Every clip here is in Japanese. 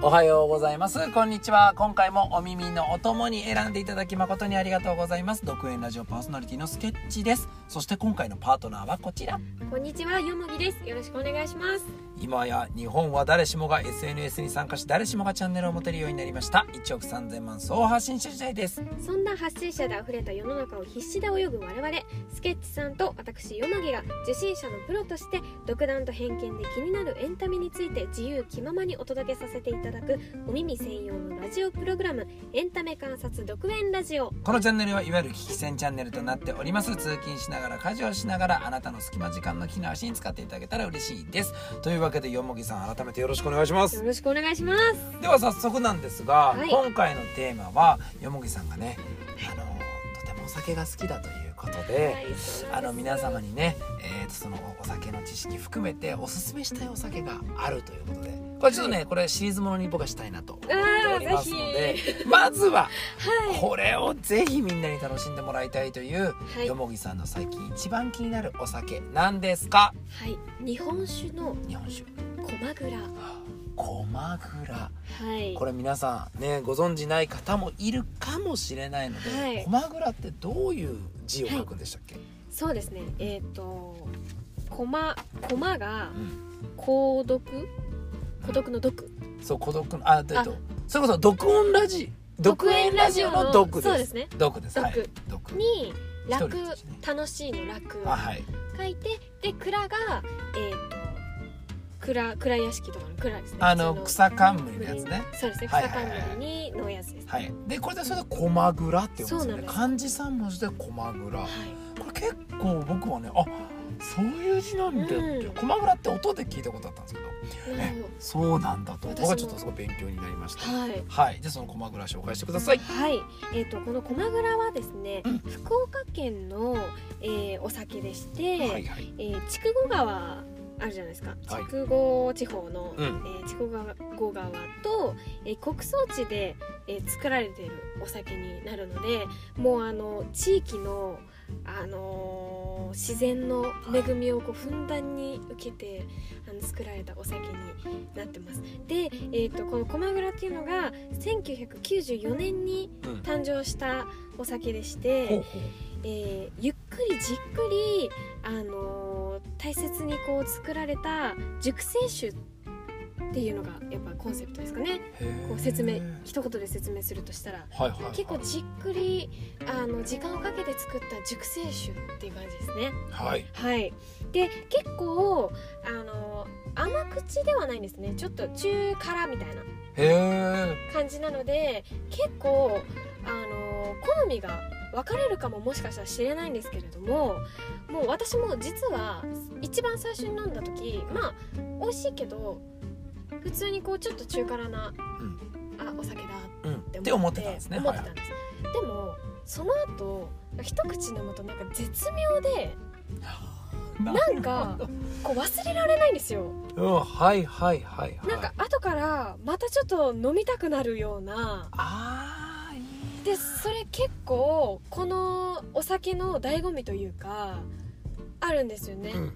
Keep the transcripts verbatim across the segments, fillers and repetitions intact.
おはようございます。こんにちは。今回もお耳のお供に選んでいただき誠にありがとうございます。独演ラジオパーソナリティのスケッチです。そして今回のパートナーはこちら。 こんにちは、よもぎです。よろしくお願いします。 今や日本は誰しもが エスエヌエス に参加し、誰しもがチャンネルを持てるようになりました。いちおくさんぜんまん総発信者時代です。 そんな発信者で溢れた世の中を必死で泳ぐ我々、スケッチさんと私よもぎが受信者のプロとして独断と偏見で気になるエンタメについて自由気ままにお届けさせていただくお耳専用のラジオプログラム、エンタメ観察独演ラジオ。 このチャンネルはいわゆる聞き戦チャンネルとなっております。通勤しながら家事をしながらあなたの隙間時間の聞き直しに使っていただけたら嬉しいです。というわけでよもぎさん、改めてよろしくお願いします。 よろしくお願いします。 では早速なんですが、 はい、 今回のテーマはよもぎさんがね、あのとてもお酒が好きだということで、はい、あの皆様にね、えー、とそのお酒の知識含めておすすめしたいお酒があるということで、これちょっとね、はい、これシリーズものに僕はしたいなと思っておりますので、まずは、はい、これをぜひみんなに楽しんでもらいたいという、はい、よもぎさんの最近一番気になるお酒なんですか？ はい、日本酒の日本酒駒蔵。 駒蔵、 はい、 これ皆さんねご存じない方もいるかもしれないので、はい、駒蔵ってどういう字を書くんでしたっけ？はい、 そうですね、えっ、ー、と駒駒が孤独、孤独の独、 そう孤独のあえっとそれこそ独音ラジ独演ラジオの独です。そうですね、独です。はい、 独に楽、ね、楽しいの楽を書いて、で蔵がえっ、ー、と蔵蔵屋敷とかの蔵ですね。 あの草冠のやつね。 そうですね、草冠にのやつです、ね。 はい。でこれでそれで駒蔵って言うんですよね。漢字さん文字で駒蔵。はい、これ結構僕はね、あ、そういう字なんだって、うん、駒蔵って音で聞いたことあったんですけど、え、そうなんだと僕はちょっとすごい勉強になりました。はい。はい。じゃあその駒蔵紹介してください。 はい。えっ、ー、とこの駒蔵はですね、うん、福岡県の、えー、お酒でして、はいはい、えー、筑後川あるじゃないですか。筑後地方の、はい、えー、筑後川と、えー、穀倉地で、えー、作られているお酒になるので、もうあの地域の、あのー、自然の恵みをこうふんだんに受けてあの作られたお酒になってます。で、えー、とこの駒蔵っていうのがせんきゅうひゃくきゅうじゅうよねんに誕生したお酒でして、うん、えー、ゆっくりじっくり、あのー大切にこう作られた熟成酒っていうのがやっぱコンセプトですかね。こう説明一言で説明するとしたら、はいはいはい、結構じっくりあの時間をかけて作った熟成酒っていう感じですね。はい、はい、で結構あの甘口ではないんですね。ちょっと中辛みたいな感じなので、結構あの好みが分かれるかももしかしたら知れないんですけれども、もう私も実は一番最初に飲んだ時、まあ美味しいけど普通にこうちょっと中辛な、うん、あお酒だって思って、うん、って思ってたんですね。思ってたんです、はいはい、でもその後一口飲むとなんか絶妙でなんかこう忘れられないんですよ。 うん、はいはいはいはい。 なんか後からまたちょっと飲みたくなるような。あでそれ結構このお酒の醍醐味というかあるんですよね。うんうんうん、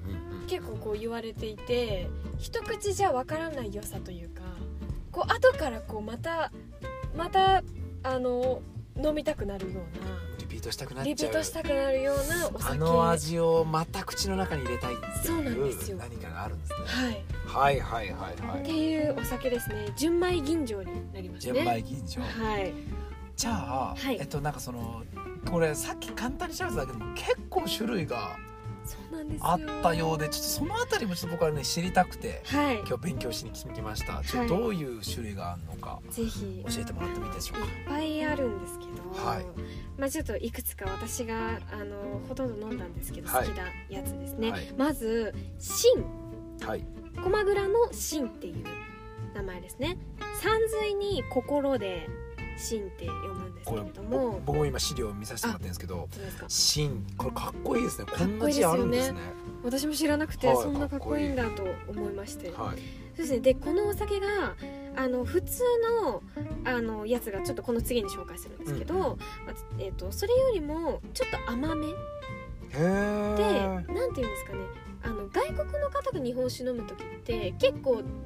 結構こう言われていて、一口じゃわからない良さというか、こう後からこうまたまたあの飲みたくなるような、 リピートしたくなっちゃうリピートしたくなるようなお酒、 あの味をまた口の中に入れたいっていう、 そうなんですよ、 何かがあるんですね。 はい、 はいはいはいはい。 っていうお酒ですね。純米吟醸になりますね。 純米吟醸。はい。じゃあ、はい、えっとなんかそのこれさっき簡単に調べただけでも結構種類があったようで、ちょっとそのあたりもちょっと僕はね知りたくて、はい、今日勉強しに来ました。ちょっとどういう種類があるのか、ぜひ教えてもらってもいいでしょうか。 いっぱいあるんですけど、はい、まあちょっといくつか私があのほとんど飲んだんですけど、はい、好きなやつですね。はい、まず真、はい、駒蔵の真っていう名前ですね。山水に心で真って読むんですけれども、 僕も今資料を見させてもらってるんですけど、真、これかっこいいですね。こんな字あるんですね。 私も知らなくて、はい、そんなかっこいいんだと思いまして、はい、そうですね。でこのお酒があの普通のあのやつがちょっとこの次に紹介するんですけど、うん、えーと、それよりもちょっと甘めで、なんていうんですかね、あの外国の方が日本酒飲む時って結構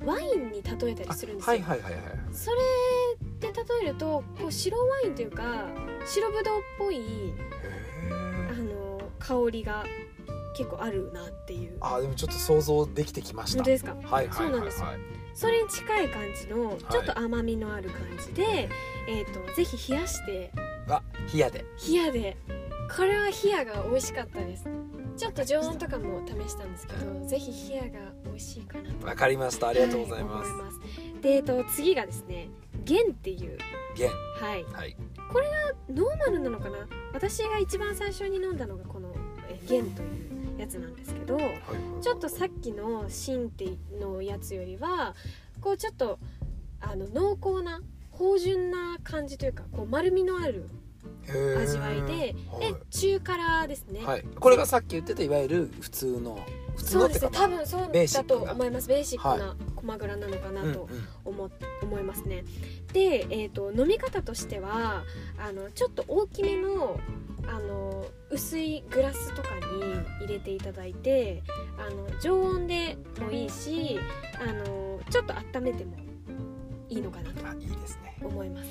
ワインに例えたりするんですよ。 はいはいはいはい。 それで例えるとこう白ワインというか白ぶどうっぽいあの香りが結構あるなっていう。 あでもちょっと想像できてきました。 本当ですか？ はいはいはいはい。 そうなんですよ。それに近い感じのちょっと甘みのある感じで、はい、えーとぜひ冷やしてあ冷やで冷やでこれは冷やが美味しかったです。ちょっと常温とかも試したんですけど、ぜひ冷やが美味しいかなと。 わかりました。ありがとうございます。 はい、思います。で、えーと次がですねゲンっていうゲン、 はい、 はい、これがノーマルなのかな。私が一番最初に飲んだのがこのえゲンというやつなんですけど、はいはいはい、ちょっとさっきのシンテのやつよりはこうちょっとあの濃厚な芳醇な感じというかこう丸みのある味わいで、で中辛ですね、 はい、これがさっき言ってたいわゆる普通の普通のっていうか、 そうですね、多分そうだと思います。ベーシックなコマグラなのかなと思、はいうんうん、思いますね。で、えーと、飲み方としてはあのちょっと大きめのあの薄いグラスとかに入れていただいてあの常温でもいいしあのちょっと温めてもいいのかなと思います。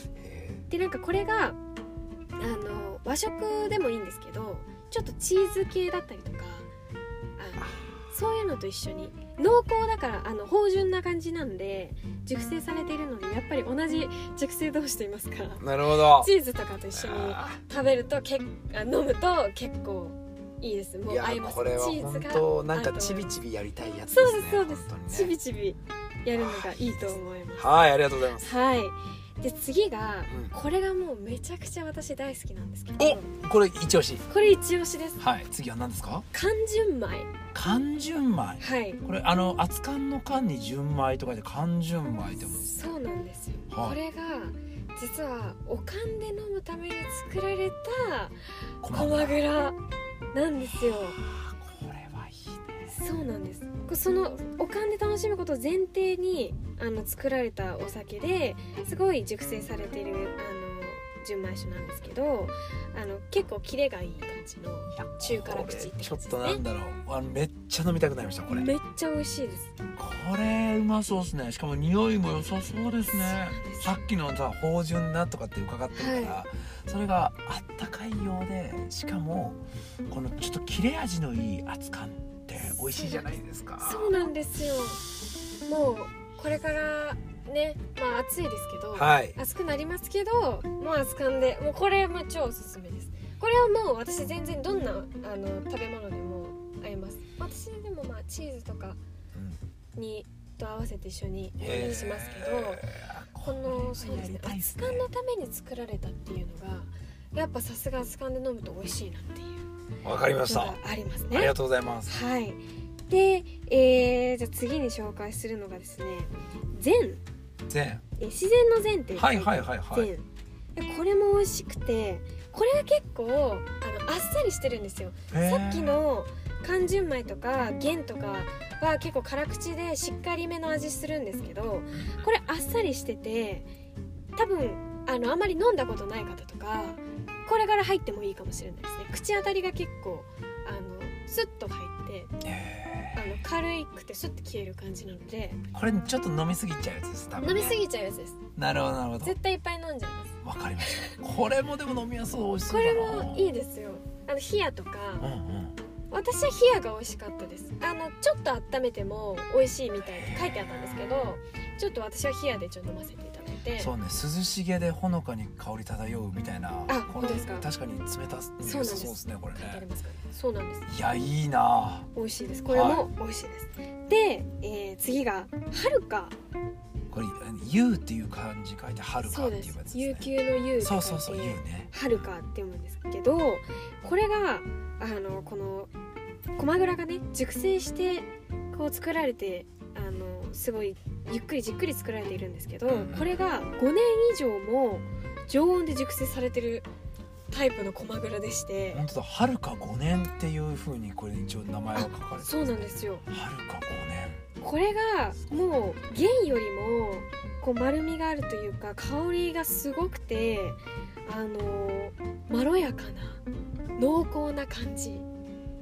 でなんかこれがあの和食でもいいんですけどちょっとチーズ系だったりとかあのそういうのと一緒に濃厚だからあの芳醇な感じなんで熟成されているのでやっぱり同じ熟成同士といいますか、 なるほどチーズとかと一緒に食べるとけあ飲むと結構いいです。もう合います。 これは本当なんかチビチビやりたいやつですね。 そうですそうです、ね、チビチビやるのがいいと思います。 はい、ありがとうございます。 はい。で次が、うん、これがもうめちゃくちゃ私大好きなんですけど、 おこれ一押し。 これ一押しです。 はい。次は何ですか？ 寒純米。 寒純米。 はい。 これあの熱燗の燗に純米とかで寒純米ってもそうなんですよ、はい、これが実はお燗で飲むために作られたコマグラなんですよ。 これはいいね。 そうなんです。そのお燗で楽しむことを前提にあの作られたお酒ですごい熟成されているあの純米酒なんですけどあの結構キレがいい感じの中辛口って感じですね。 ちょっとなんだろうあのめっちゃ飲みたくなりました。これめっちゃ美味しいです。 これうまそうですね。しかも匂いも良さそうですね。さっきのさ芳醇なとかって伺ってるから、はい、それがあったかいようでしかもこのちょっと切れ味のいい熱燗って美味しいじゃないですか。 そうなんですよ。もうこれからね、まあ暑いですけど、 はい、 暑くなりますけどもう熱燗でもうこれも超おすすめです。これはもう私全然どんなあの食べ物でも合います。私でもまあチーズとかに、うん、と合わせて一緒にお願いしますけど、このそうですね熱燗のために作られたっていうのがやっぱさすが熱燗で飲むと美味しいなっていうわかりました。 ありますね。 ありがとうございます。 はい。で、えー、じゃあ次に紹介するのがですね禅禅え自然の禅っていうはいはいはいはい禅これも美味しくてこれが結構あのあっさりしてるんですよ。さっきの寒純米とか玄とかは結構辛口でしっかりめの味するんですけどこれあっさりしてて多分あのあまり飲んだことない方とかこれから入ってもいいかもしれないですね。口当たりが結構あのスッと入ってあの軽くてスッと消える感じなのでこれちょっと飲みすぎちゃうやつです多分、ね、 飲みすぎちゃうやつです。なるほどなるほど。 絶対いっぱい飲んじゃいます。 わかりました。これもでも飲みやすそう美味しそうだな。 これもいいですよ。あの冷やとか、うんうん、私は冷やが美味しかったです。あのちょっと温めても美味しいみたいに書いてあったんですけどちょっと私は冷やでちょっと飲ませていただいてそうね涼しげでほのかに香り漂うみたいな。 あ本当ですか。 確かに冷たすそうですねこれね。 書いてありますかね。そうなんです。 いやいいな。 美味しいです。これも美味しいです、はい、で、えー、次がはるか。 これゆうっていう漢字書いてはるかっていうやつですね。 悠久のゆうって書いてそうそうそうゆうねはるかって読むんですけどこれがあのこのコマグラがね熟成してこう作られてあのすごいゆっくりじっくり作られているんですけど、うん、これがごねん以上も常温で熟成されてるタイプのコマグラでして本当だはるかごねんっていう風にこれ一応名前が書かれてる、ね、 そうなんですよ。 はるかごねんこれがもう原よりもこう丸みがあるというか香りがすごくてあのまろやかな濃厚な感じ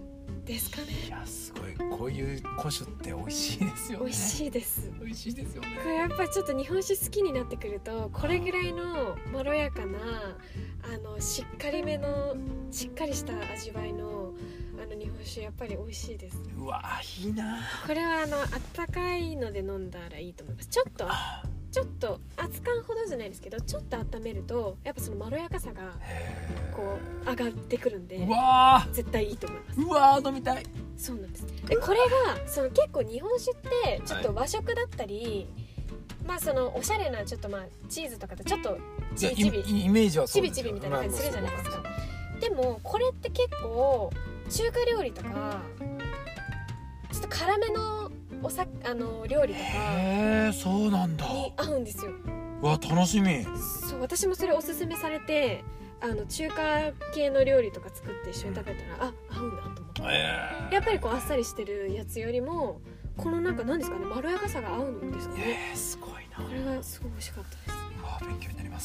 ですかね。 いやすごい、こういう古酒って美味しいですよね。 美味しいです。 美味しいですよね。 これやっぱりちょっと日本酒好きになってくると、これぐらいのまろやかなあのしっかりめのしっかりした味わいのあの日本酒やっぱり美味しいです。 うわいいな。 これはあのあったかいので飲んだらいいと思います。ちょっとちょっと熱燗ほどじゃないですけど、ちょっと温めるとやっぱそのまろやかさがこう上がってくるんで、 うわ絶対いいと思います。 うわ飲みたい。 そうなんです。でこれがその結構日本酒ってちょっと和食だったり、はい、まあそのおしゃれなちょっとまあチーズとかとちょっとチビチビイメージはそうですよ。 チビチビみたいな感じするじゃないですか。でもこれって結構中華料理とかちょっと辛めのおさあの料理とかへーそうなんだに合うんですよ。 うわ楽しみ。 そう私もそれおすすめされて、あの中華系の料理とか作って一緒に食べたら、うん、あ合うんだと思って、えー、やっぱりこうあっさりしてるやつよりもこのなんか何ですかね、まろやかさが合うんですかね。 えー、すごいな。 これがすごい美味しかったです。 あ勉強になります。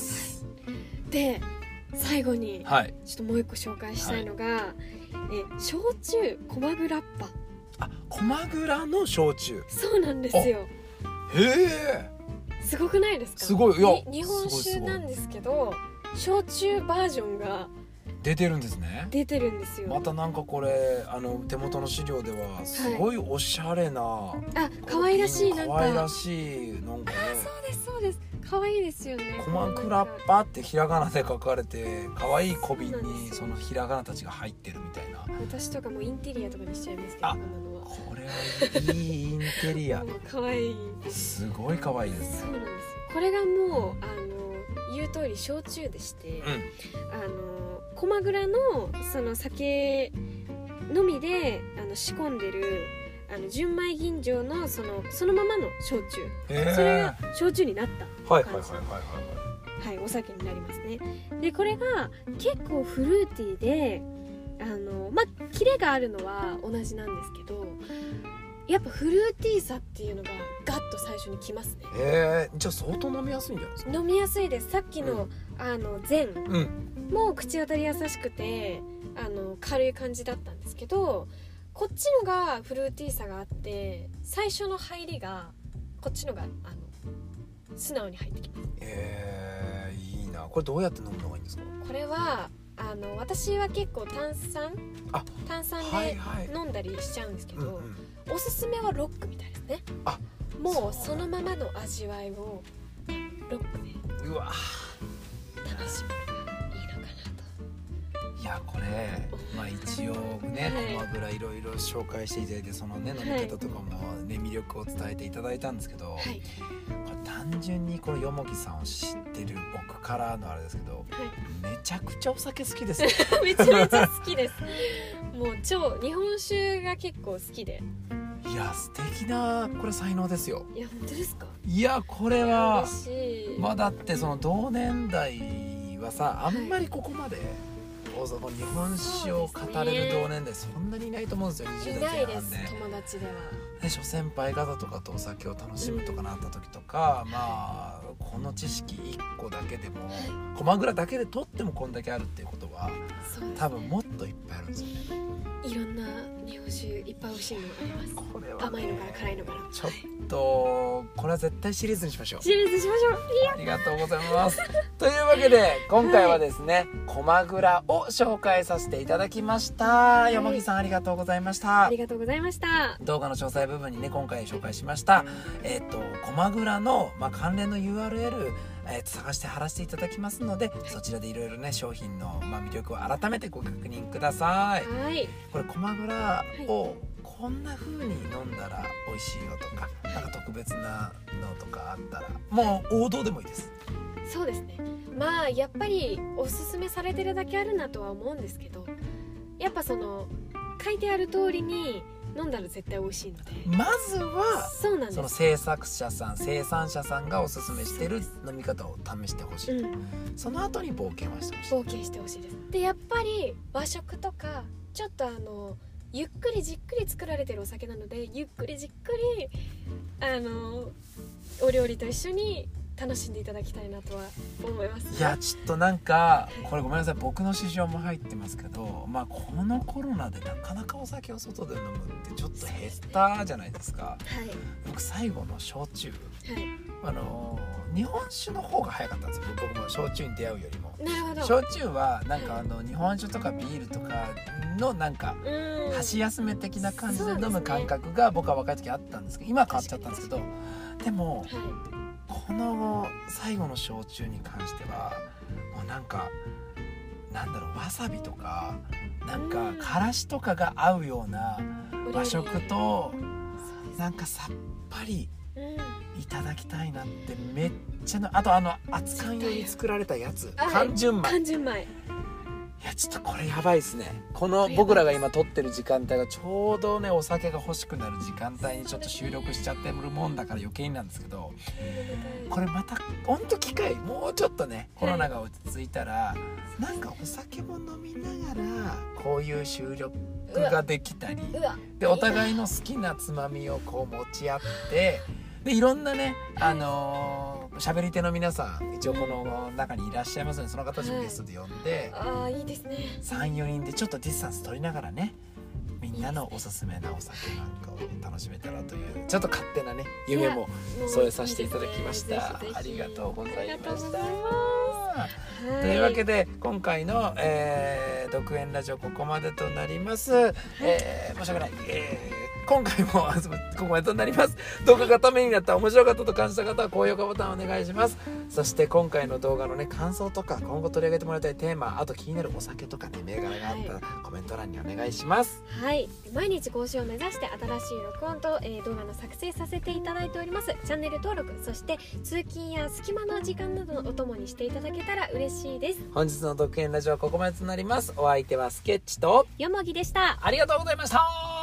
で最後に、 はい、 ちょっともう一個紹介したいのが、はい、え焼酎コマグラッパ。 あ、コマグラの焼酎。 そうなんですよ。 へえ。 すごくないですか。 すごい。いや日本酒なんですけど焼酎バージョンが出てるんですね。 出てるんですよ。 またなんかこれあの手元の資料ではすごいおしゃれな、はい、 あ可愛らしいなんか可愛らしいなんかね。 あそうですそうです。可愛いですよね。 コマグラッパってひらがなで書かれて可愛い小瓶にそのひらがなたちが入ってるみたいな。 私とかもインテリアとかにしちゃいますけど。あこれはいいインテリア。 可愛い。 すごい可愛いです。 そうなんですよ。これがもうあの言う通り焼酎でして、うん、あのコマグラのその酒のみであの仕込んでるあの純米吟醸のそのそのままの焼酎、えー、それが焼酎になった感じ、はいはいはいはいはい、はい、お酒になりますね。でこれが結構フルーティーであのまあキレがあるのは同じなんですけど、やっぱフルーティーさっていうのがガッと最初にきますね。 えー、じゃあ相当飲みやすいんじゃないですか。 飲みやすいです。さっきの、うん、あの前、うん、もう口当たり優しくてあの軽い感じだったんですけど、こっちのがフルーティーさがあって最初の入りがこっちのがあの素直に入ってきます。 えー、いいな。これどうやって飲むのがいいんですか。 これはあの私は結構炭酸炭酸で飲んだりしちゃうんですけど、はいはい、うんうん、おすすめはロックみたいですね。あ、もうそのままの味わいをロックでうわ楽しむのがいいのかなと。 いやこれまあ一応ねコマグラいろいろ紹介していただいて、そのね飲み方とかもね魅力を伝えていただいたんですけど、はい、これ単純にこのよもぎさんを知ってる僕からのあれですけど、はい、めちゃくちゃお酒好きですめちゃめちゃ好きですもう超日本酒が結構好きで。 いや素敵なこれ才能ですよ。 いや本当ですか。 いやこれはまあだってその同年代はさあんまりここまで、はい、日本酒を語れる同年代そんなにいないと思うんですよ。にじゅう代前半で。いないです、友達では。で諸先輩方とかとお酒を楽しむとかなった時とか、うん、まあこの知識いっこだけでもコマグラだけで取ってもこんだけあるっていうことは、多分もっといっぱいあるんですよね。 いろんな日本酒いっぱい美味しいのがあります。これは、ね、甘いのから辛いのから。 ちょっとこれは絶対シリーズにしましょう。 シリーズしましょう。 ありがとうございますというわけで今回はですね、はい、コマグラを紹介させていただきました。はい、よもぎさんありがとうございました。 ありがとうございました。 動画の詳細部分にね今回紹介しましたえっ、ー、とコマグラの、まあ、関連の ユーアールエルえー、と探して貼らせていただきますので、そちらでいろいろね商品の、まあ、魅力を改めてご確認ください。はい、これコマグラをこんな風に飲んだら美味しいよとか、なんか特別なのとかあったらもう王道でもいいです。 そうですね。まあやっぱりおすすめされてるだけあるなとは思うんですけど、やっぱその書いてある通りに飲んだら絶対美味しいので、 まずはそうなんです。 その制作者さん生産者さんがおすすめしてる飲み方を試してほしい、うん、その後に冒険はしてほしい。 冒険してほしいです。でやっぱり和食とかちょっとあのゆっくりじっくり作られてるお酒なので、ゆっくりじっくりあのお料理と一緒に楽しんでいただきたいなとは思います、ね、 いやちょっとなんかこれごめんなさい、僕の市場も入ってますけど、まあこのコロナでなかなかお酒を外で飲むってちょっと減ったじゃないですか、はい、僕最後の焼酎、はい、あの日本酒の方が早かったんですよ、僕も焼酎に出会うよりも。 なるほど。 焼酎はなんかあの日本酒とかビールとかのなんか箸休め的な感じで飲む感覚が僕は若い時あったんですけど、今は変わっちゃったんですけど、でも、はい、この最後の焼酎に関してはもうなんかなんだろう、わさびとかなんかからしとかが合うような和食となんかさっぱりいただきたいなってめっちゃの、あとあの熱燗用に作られたやつ、寒純米、 寒純米、 いやちょっとこれやばいですね。この僕らが今撮ってる時間帯がちょうどねお酒が欲しくなる時間帯にちょっと収録しちゃってるもんだから余計になんですけど、これまたほんと機会もうちょっとねコロナが落ち着いたらなんかお酒も飲みながらこういう収録ができたりで、お互いの好きなつまみをこう持ち合ってでいろんなねあのー喋り手の皆さん一応この中にいらっしゃいますので、その方たちもゲストで呼んで、 はい、あいいですね、 さん、よにんでちょっとディスタンス取りながらねみんなのおすすめなお酒なんかを楽しめたらというちょっと勝手なね夢も添えさせていただきました。いい、ね、ありがとうございました。というわけで今回の、えー、独演ラジオここまでとなります、えー、申し訳ない、えー今回もここまでとなります。動画がためになった面白かったと感じた方は高評価ボタンお願いします。そして今回の動画のね感想とか今後取り上げてもらいたいテーマ、あと気になるお酒とかね銘柄があったらコメント欄にお願いします。 はい、毎日更新を目指して新しい録音と、えー、動画の作成させていただいております。チャンネル登録、そして通勤や隙間の時間などのお供にしていただけたら嬉しいです。 本日の独演ラジオはここまでとなります。お相手はスケッチとよもぎでした。 ありがとうございました。